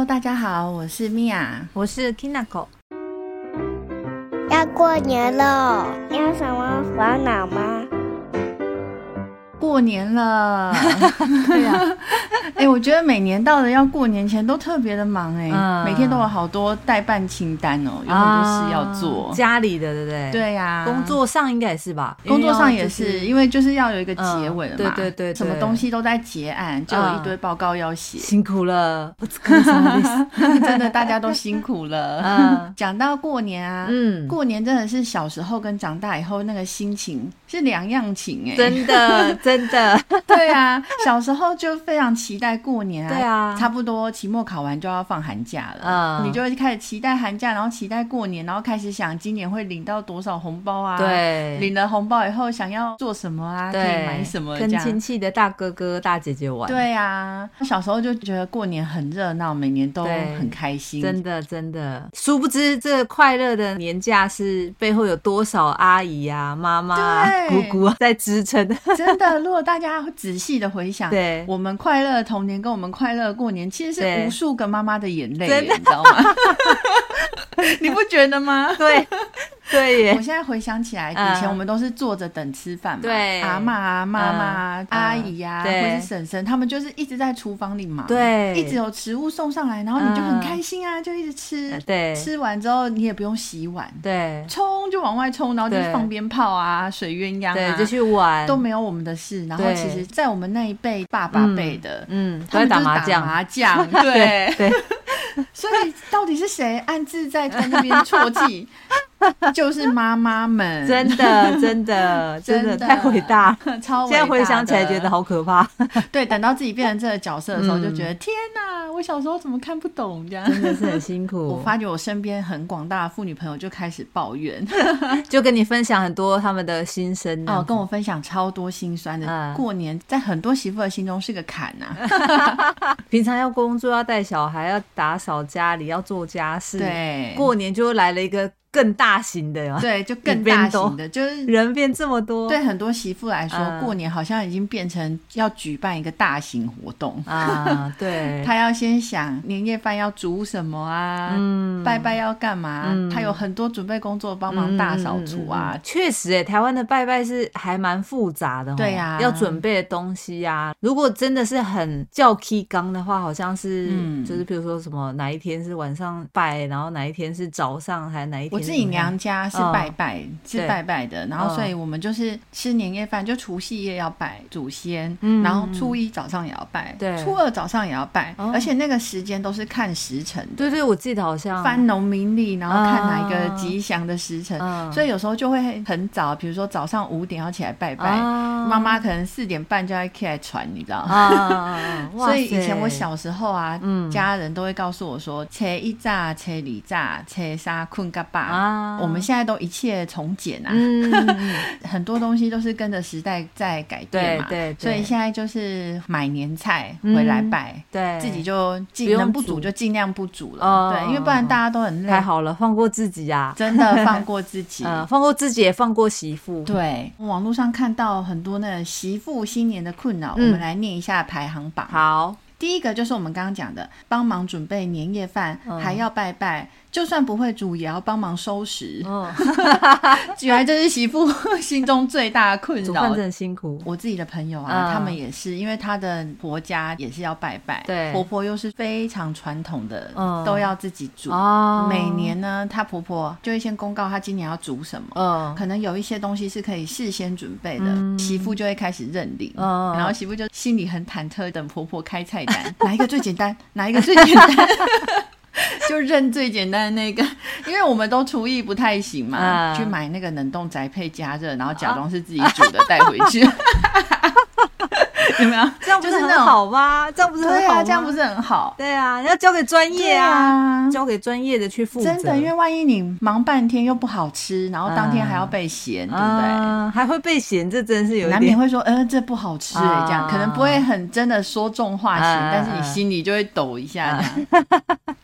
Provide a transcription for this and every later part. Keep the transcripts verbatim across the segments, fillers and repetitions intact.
大家好，我是 Mia， 我是 Kinako。 要过年了，你有什么烦恼吗？ 过年了对呀、啊欸，我觉得每年到了要过年前都特别的忙哎、欸嗯，每天都有好多待办清单哦，有很多事要做， 啊、家里的对不对？ 对呀、啊， 工作上应该也是吧？ 工作上也是，因为就是要有一个结尾了嘛， 嗯、对, 对, 对对， 什么东西都在结案，就有一堆报告要写， 嗯、辛苦了， 真的大家都辛苦了。嗯，讲到过年啊，嗯，过年真的是小时候跟长大以后那个心情是两样情哎、欸， 真的真的， 对啊，小时候就非常期待过年啊， 对啊， 差不多期末考完就要放寒假了，嗯，你就会开始期待寒假，然后期待过年，然后开始想今年会领到多少红包啊， 对， 领了红包以后想要做什么啊，可以买什么， 跟亲戚的大哥哥大姐姐玩， 对啊，小时候就觉得过年很热闹，每年都很开心， 真的真的，殊不知这快乐的年假是背后有多少阿姨啊、妈妈啊、姑姑啊在支撑， 真的，如果大家仔细的回想， 对， 我们快乐的童年跟我们快乐的过年，其实是无数个妈妈的眼泪， 真的你知道吗？你不觉得吗？ 对。对耶， 我现在回想起来，以前我们都是坐着等吃饭嘛， 对， 阿嬷啊、妈妈、嗯、阿姨啊，或是婶婶，他们就是一直在厨房里忙， 对， 一直有食物送上来，然后你就很开心啊，嗯、就一直吃， 对， 吃完之后你也不用洗碗， 对， 冲就往外冲，然后就是放鞭炮啊、水鸳鸯啊， 对，就去玩， 都没有我们的事。然后其实，在我们那一辈爸爸辈的， 嗯， 他们就是打麻将， 麻将，对对。 所以到底是谁暗自在在那边啜泣？就是妈妈们， 真的真的真的太伟大， 超伟大的。 现在回想起来觉得好可怕。 对，等到自己变成这个角色的时候，就觉得、嗯、天哪，我小时候怎么看不懂这样？ 真的是很辛苦。 我发觉我身边很广大的妇女朋友就开始抱怨， 就跟你分享很多他们的心声哦，跟我分享超多心酸的。嗯、过年在很多媳妇的心中是个坎啊。 平常要工作，要带小孩，要打扫家里，要做家事， 对， 过年就来了一个更大型的， 对，就更大型的，就是人变这么多。 对很多媳妇来说、嗯，过年好像已经变成要举办一个大型活动啊。对， 他要先想年夜饭要煮什么啊，嗯，拜拜要干嘛，嗯、他有很多准备工作，帮忙大扫除啊。 确、嗯嗯嗯、实，哎，台湾的拜拜是还蛮复杂的， 对呀、啊， 要准备的东西啊。如果真的是很叫 key 刚的话，好像是，嗯、就是比如说什么哪一天是晚上拜，然后哪一天是早上，还哪一天。 我自己娘家是拜拜、嗯、是拜拜的，然后所以我们就是吃年夜饭，就除夕夜要拜祖先、嗯、然后初一早上也要拜，对，初二早上也要拜、哦、而且那个时间都是看时辰的。 对对，我记得好像翻农民历，然后看哪一个吉祥的时辰、嗯、所以有时候就会很早，比如说早上五点要起来拜拜，妈妈、嗯、可能四点半就要起来传，你知道吗、嗯、所以以前我小时候啊、嗯、家人都会告诉我说初一早初二早初三困到饱啊，我们现在都一切从简啊、嗯、很多东西都是跟着时代在改变嘛，对对对，所以现在就是买年菜回来拜、嗯、对，自己就尽能不煮就尽量不煮了、哦、对，因为不然大家都很累。 太好了，放过自己啊， 真的放过自己、 嗯、放过自己也放过媳妇。 对，网络上看到很多那媳妇新年的困扰、嗯、我们来念一下排行榜。 好， 第一个就是我们刚刚讲的，帮忙准备年夜饭、嗯、还要拜拜，就算不会煮也要帮忙收拾。哦，原来这是媳妇心中最大的困扰。 煮饭真的辛苦。 我自己的朋友啊、嗯、他们也是，因为她的婆家也是要拜拜，对，婆婆又是非常传统的、嗯、都要自己煮、哦、每年呢她婆婆就会先公告她今年要煮什么、嗯、可能有一些东西是可以事先准备的、嗯、媳妇就会开始认领、嗯、然后媳妇就心里很忐忑，等婆婆开菜单哪一个最简单哪一个最简单就认最简单的那个，因为我们都厨艺不太行嘛、啊、去买那个冷冻宅配加热，然后假装是自己煮的带回去、啊、有没有？ 这样不是很好吗？这样不是很好吗？ 对啊，这样不是很好？ 对啊，要交给专业啊，啊交给专业的去负责。 真的，因为万一你忙半天又不好吃，然后当天还要被嫌、啊、对不对、 啊？还会被嫌，这真是有一点难免会说，呃，这不好吃哎、欸啊，这样可能不会很真的说重话型、啊，但是你心里就会抖一下这样。啊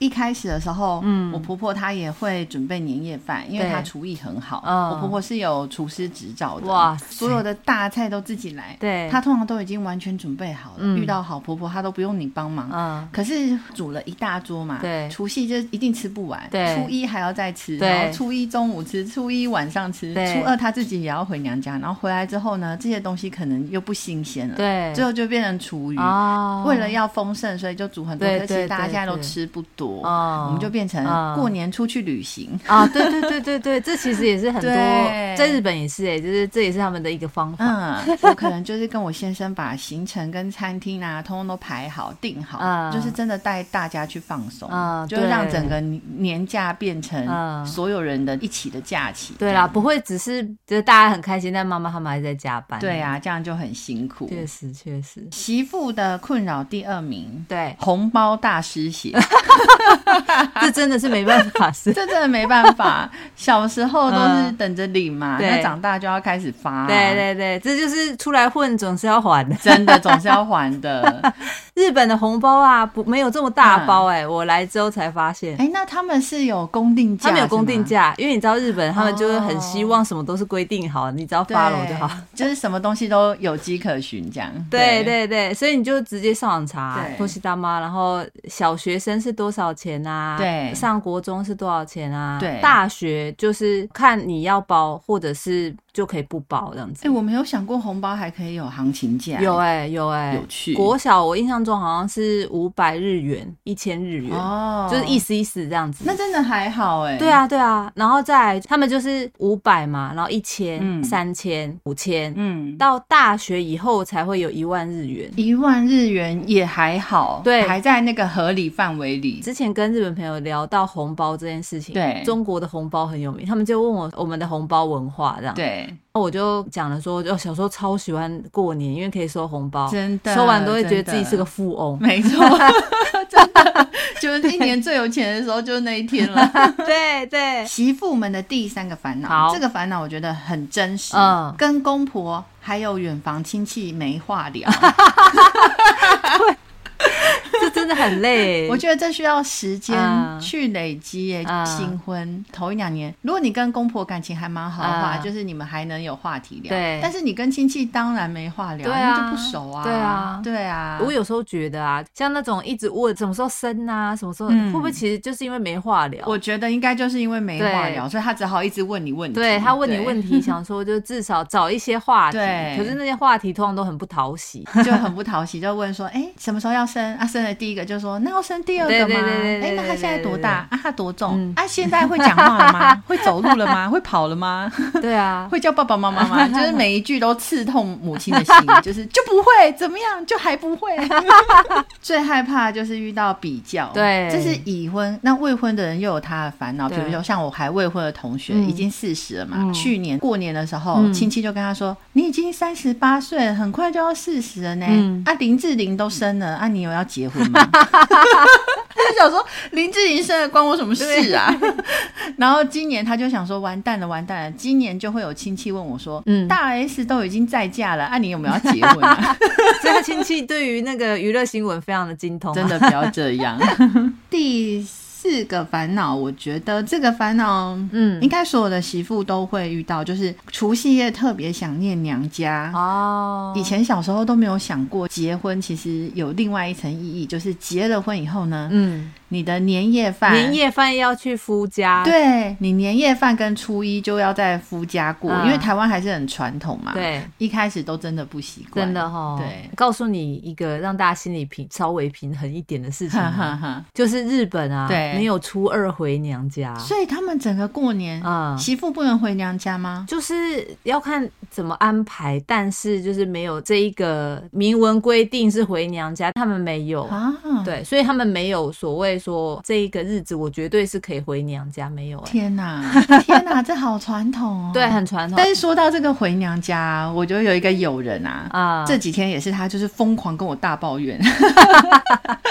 一开始的时候，嗯，我婆婆她也会准备年夜饭，因为她厨艺很好，嗯，我婆婆是有厨师执照的，哇，所有的大菜都自己来，对，她通常都已经完全准备好了，嗯，遇到好婆婆她都不用你帮忙，嗯，可是煮了一大桌嘛，对，除夕就一定吃不完，对，初一还要再吃，然后初一中午吃，初一晚上吃，初二她自己也要回娘家，然后回来之后呢，这些东西可能又不新鲜了，对，最后就变成厨余，哦，为了要丰盛，所以就煮很多，可是大家现在都吃不多，哦，我们就变成过年出去旅行啊，对对对对对，这其实也是很多，在日本也是哎，就是这也是他们的一个方法。 嗯，我可能就是跟我先生把行程跟餐厅啊，通通都排好定好，嗯，就是真的带大家去放松，嗯，就是让整个年假变成所有人的一起的假期。 对啦，不会只是就是大家很开心，但妈妈他们还在加班。 对啊，这样就很辛苦。 确实确实。 媳妇的困扰第二名，对，红包大失血。 这真的是没办法，是这真的没办法。小时候都是等着领嘛，那、嗯、长大就要开始发、啊。 对对对，这就是出来混总是要还的， 真的总是要还的。 日本的红包啊，不没有这么大包哎、欸嗯，我来之后才发现。 哎，那他们是有公定价？ 他们有公定价，因为你知道日本他们就是很希望什么都是规定好，你只要 follow 就好， 就是什么东西都有迹可循这样。 对对对，所以你就直接上网查托西大妈，然后小学生是多少钱啊？对，上国中是多少钱啊？对，大学就是看你要包或者是就可以不包这样子。 哎、欸，我没有想过红包还可以有行情价。 有哎、欸、有哎、欸， 有趣。 国小我印象中好像是五百日元，一千日元，哦，就是意思意思这样子。 那真的还好哎、欸。 对啊对啊，然后再来他们就是五百嘛，然后一千、三千、五千，嗯，到大学以后才会有一万日元。 一万日元也还好，对，还在那个合理范围里。 之前跟日本朋友聊到红包这件事情，对，中国的红包很有名，他们就问我我们的红包文化这样，对。我就讲了说，就小时候超喜欢过年，因为可以收红包，真的收完都会觉得自己是个富翁， 没错，真的就是一年最有钱的时候就是那一天了。 对对， 媳妇们的第三个烦恼，这个烦恼我觉得很真实，嗯，跟公婆还有远房亲戚没话聊。 对。这真的很累， 我觉得这需要时间去累积耶、嗯、新婚头一两年，如果你跟公婆感情还蛮好的话、嗯、就是你们还能有话题聊，对，但是你跟亲戚当然没话聊，对啊，因为就不熟啊，对啊对啊。 我有时候觉得啊，像那种一直问什么时候生啊什么时候、嗯、会不会其实就是因为没话聊？ 我觉得应该就是因为没话聊，所以他只好一直问你问题， 对，他问你问题想说就至少找一些话题，对，可是那些话题通常都很不讨喜， 就很不讨喜，就问说哎、欸、什么时候要生啊？生了第一个就说那要生第二个吗？哎，那他现在多大啊？他多重、嗯、啊？现在会讲话了吗？会走路了吗？会跑了吗？ 对啊， 会叫爸爸妈妈吗？就是每一句都刺痛母亲的心，就是就不会怎么样，就还不会。最害怕就是遇到比较，对，这是已婚，那未婚的人又有他的烦恼。比如说像我还未婚的同学，已经四十了嘛、嗯，去年过年的时候，嗯、亲戚就跟他说：“你已经三十八岁了，很快就要四十了呢。嗯”啊，林志玲都生了，啊，你有要结婚吗？他想说林志玲生了关我什么事啊？然后今年他就想说完蛋了完蛋了，今年就会有亲戚问我说，嗯，大 S 都已经再嫁了啊，你有没有要结婚啊？ 所以他亲戚对于那个娱乐新闻非常的精通、啊、 真的不要这样。第四个烦恼，我觉得这个烦恼嗯，应该所有的媳妇都会遇到，就是除夕夜特别想念娘家哦。以前小时候都没有想过结婚其实有另外一层意义，就是结了婚以后呢，嗯，你的年夜饭年夜饭要去夫家， 对，你年夜饭跟初一就要在夫家过、嗯、因为台湾还是很传统嘛，对，一开始都真的不习惯， 真的齁，对。告诉你一个让大家心里平稍微平衡一点的事情、啊、就是日本啊，对，没有初二回娘家， 所以他们整个过年、嗯、媳妇不能回娘家吗？ 就是要看怎么安排，但是就是没有这一个明文规定是回娘家，他们没有啊，对，所以他们没有所谓说这一个日子我绝对是可以回娘家，没有、欸、 天哪天哪，这好传统哦。 对，很传统。 但是说到这个回娘家，我觉得有一个友人啊、嗯、这几天也是他就是疯狂跟我大抱怨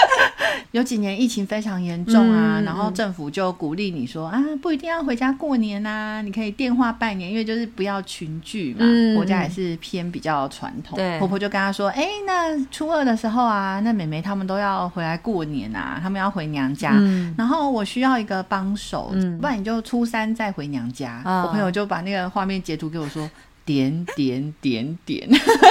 有几年疫情非常严重啊、嗯、然后政府就鼓励你说啊，不一定要回家过年啊，你可以电话拜年，因为就是不要群聚嘛、嗯、国家也是偏比较传统。对，婆婆就跟他说，哎，那初二的时候啊，那妹妹他们都要回来过年啊，他们要回娘家、嗯、然后我需要一个帮手、嗯、不然你就初三再回娘家、哦、我朋友就把那个画面截图给我说点点点点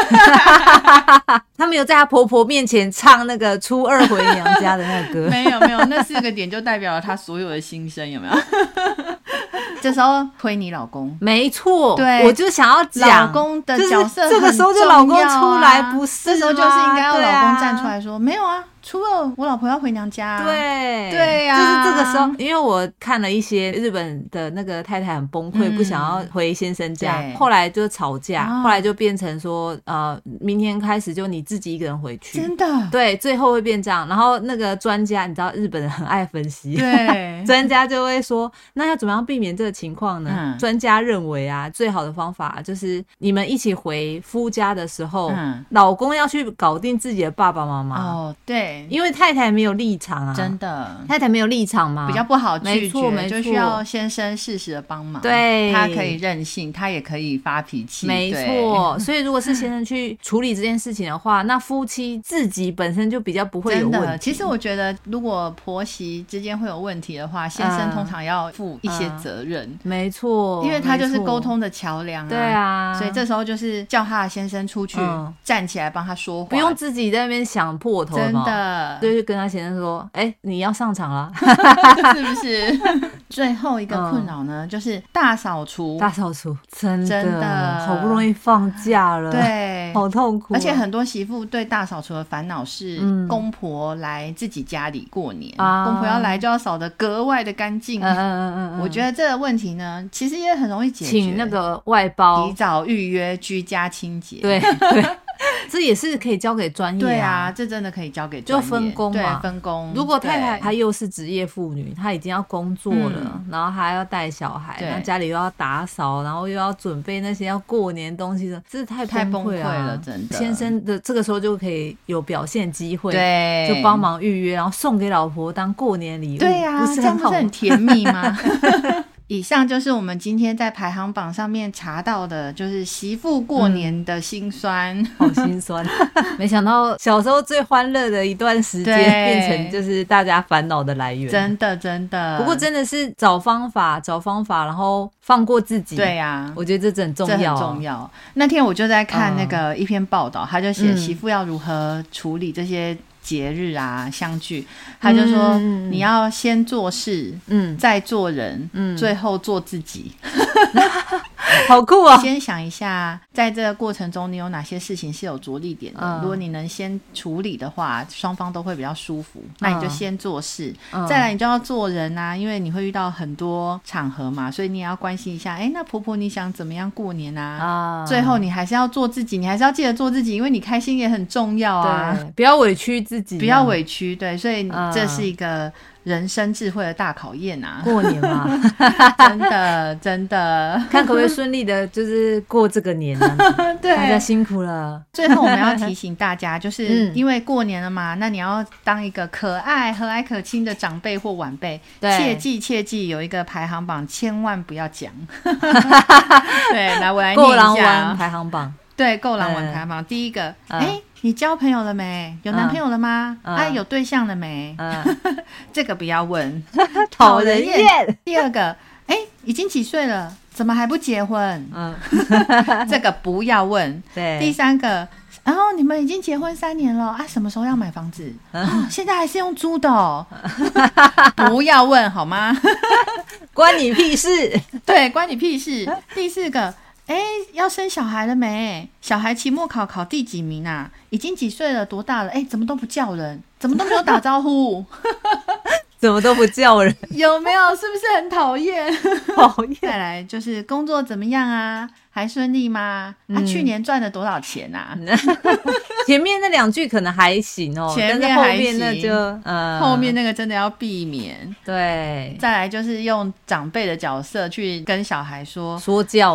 他没有在她婆婆面前唱那个初二回娘家的那个歌没有没有，那四个点就代表了她所有的心声，有没有这时候推你老公， 没错，对，我就想要讲老公的角色很重要、啊、 这个时候就老公出来不是吗？ 这时候就是应该要老公站出来说、啊、没有啊，初二我老婆要回娘家、啊、 对对呀、 啊，就是这个时候，因为我看了一些日本的那个太太很崩溃、嗯、不想要回先生家，后来就吵架、哦、后来就变成说呃，明天开始就你自己一个人回去， 真的， 对，最后会变这样。然后那个专家你知道日本人很爱分析， 对专家就会说那要怎么样避免这个情况呢、嗯、专家认为啊，最好的方法就是你们一起回夫家的时候、嗯、老公要去搞定自己的爸爸妈妈。 哦，对， 因为太太没有立场啊， 真的， 太太没有立场嘛， 比较不好拒绝， 没错没错， 就需要先生适时的帮忙。 对， 他可以任性，他也可以发脾气， 没错。所以如果是先生去处理这件事情的话，那夫妻自己本身就比较不会有问题。真的， 其实我觉得如果婆媳之间会有问题的话，先生通常要负一些责任。嗯、 没错， 因为他就是沟通的桥梁啊。 对啊， 所以这时候就是叫他的先生出去、嗯、站起来帮他说话， 不用自己在那边想破头。 真的， 就是跟他先生说，哎、欸，你要上场了是不是最后一个困扰呢、嗯、就是大扫除。 大扫除真的真的好不容易放假了， 对， 好痛苦、哦、 而且很多媳妇对大扫除的烦恼是、嗯、公婆来自己家里过年、啊、公婆要来就要扫得格外的干净。嗯嗯嗯嗯，我觉得这个问题呢其实也很容易解决， 请那个外包提早预约居家清洁。 对对这也是可以交给专业啊。 对啊，这真的可以交给专业， 就分工嘛， 对，分工。 如果太太她又是职业妇女，她已经要工作了、嗯、然后还要带小孩，然后家里又要打扫，然后又要准备那些要过年东西的，这是太崩溃了、啊、 了，真的。 先生的这个时候就可以有表现机会， 对， 就帮忙预约，然后送给老婆当过年礼物。 对啊， 不是很好， 这样不是很甜蜜吗以上就是我们今天在排行榜上面查到的，就是媳妇过年的辛酸、嗯、 好辛酸没想到小时候最欢乐的一段时间变成就是大家烦恼的来源， 真的真的。 不过真的是找方法找方法然后放过自己。 对啊， 我觉得这很重要， 这很重要。那天我就在看那个一篇报道、嗯、他就写媳妇要如何处理这些节日啊相聚，他就说、嗯、你要先做事，嗯，再做人，嗯，最后做自己好酷啊！ 先想一下在这个过程中你有哪些事情是有着力点的、嗯、如果你能先处理的话，双方都会比较舒服、嗯、那你就先做事、嗯、再来你就要做人啊，因为你会遇到很多场合嘛，所以你也要关心一下，哎，那婆婆你想怎么样过年啊、嗯、最后你还是要做自己，你还是要记得做自己，因为你开心也很重要啊， 对，不要委屈自己、啊、 不要委屈，对，所以这是一个人生智慧的大考验啊！ 过年嘛， 真的真的， 看可不可以顺利的，就是过这个年啊！对，大家辛苦了。 最后我们要提醒大家，就是因为过年了嘛，那你要当一个可爱、和蔼可亲的长辈或晚辈，切记切记，有一个排行榜，千万不要讲。对，来我来念一下。够狼玩排行榜。 对，够狼玩排行榜，第一个，哎、嗯。你交朋友了没？有男朋友了吗？嗯、啊，有对象了没？嗯、这个不要问， 讨人厌。 第二个，哎，已经几岁了，怎么还不结婚？嗯，这个不要问。对。第三个，然后你们已经结婚三年了啊，什么时候要买房子？嗯哦、现在还是用租的哦。不要问好吗？ 关你屁事。 对，关你屁事。第四个。哎，要生小孩了没？小孩期末考考第几名啊？已经几岁了？多大了？哎，怎么都不叫人？怎么都没有打招呼？ 怎么都不叫人？ 有没有？是不是很讨厌？ 讨厌。 再来就是工作怎么样啊？还顺利吗？嗯、啊，去年赚了多少钱啊？ 前面那两句可能还行哦， 前面还行， 但是后面那就呃， 后面那个真的要避免。 对， 再来就是用长辈的角色去跟小孩说说教吗？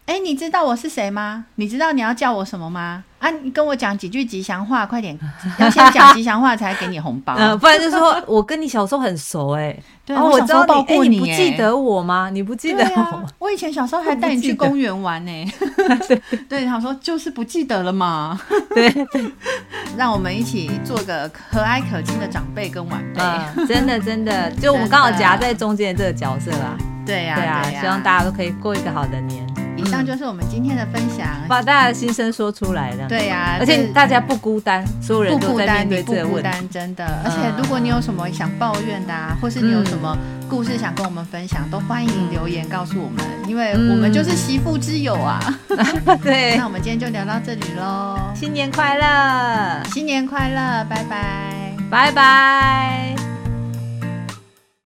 哎，你知道我是谁吗？你知道你要叫我什么吗？啊，你跟我讲几句吉祥话，快点，要先讲吉祥话才给你红包。 呃，不然就说我跟你小时候很熟哎、欸， 对，哦、我小时候抱过你， 你不记得我吗？你不记得我吗？ 啊、我以前小时候还带你去公园玩呢、欸。对对，他说就是不记得了嘛。 对对， 让我们一起做个和蔼可亲的长辈跟晚辈。 嗯、真的真的，就我们刚好夹在中间的这个角色啦。 对呀、啊、 对啊， 对啊， 希望大家都可以过一个好的年。 以上就是我们今天的分享， 把大家的心声说出来了。 对呀、啊， 而且大家不孤单，所有人都在面对这个问题， 不孤单，真的。而且如果你有什么想抱怨的啊，或是你有什么故事想跟我们分享，嗯、都欢迎留言告诉我们，因为我们就是媳妇之友啊。 嗯、对， 那我们今天就聊到这里喽， 新年快乐， 新年快乐，拜拜， 拜拜。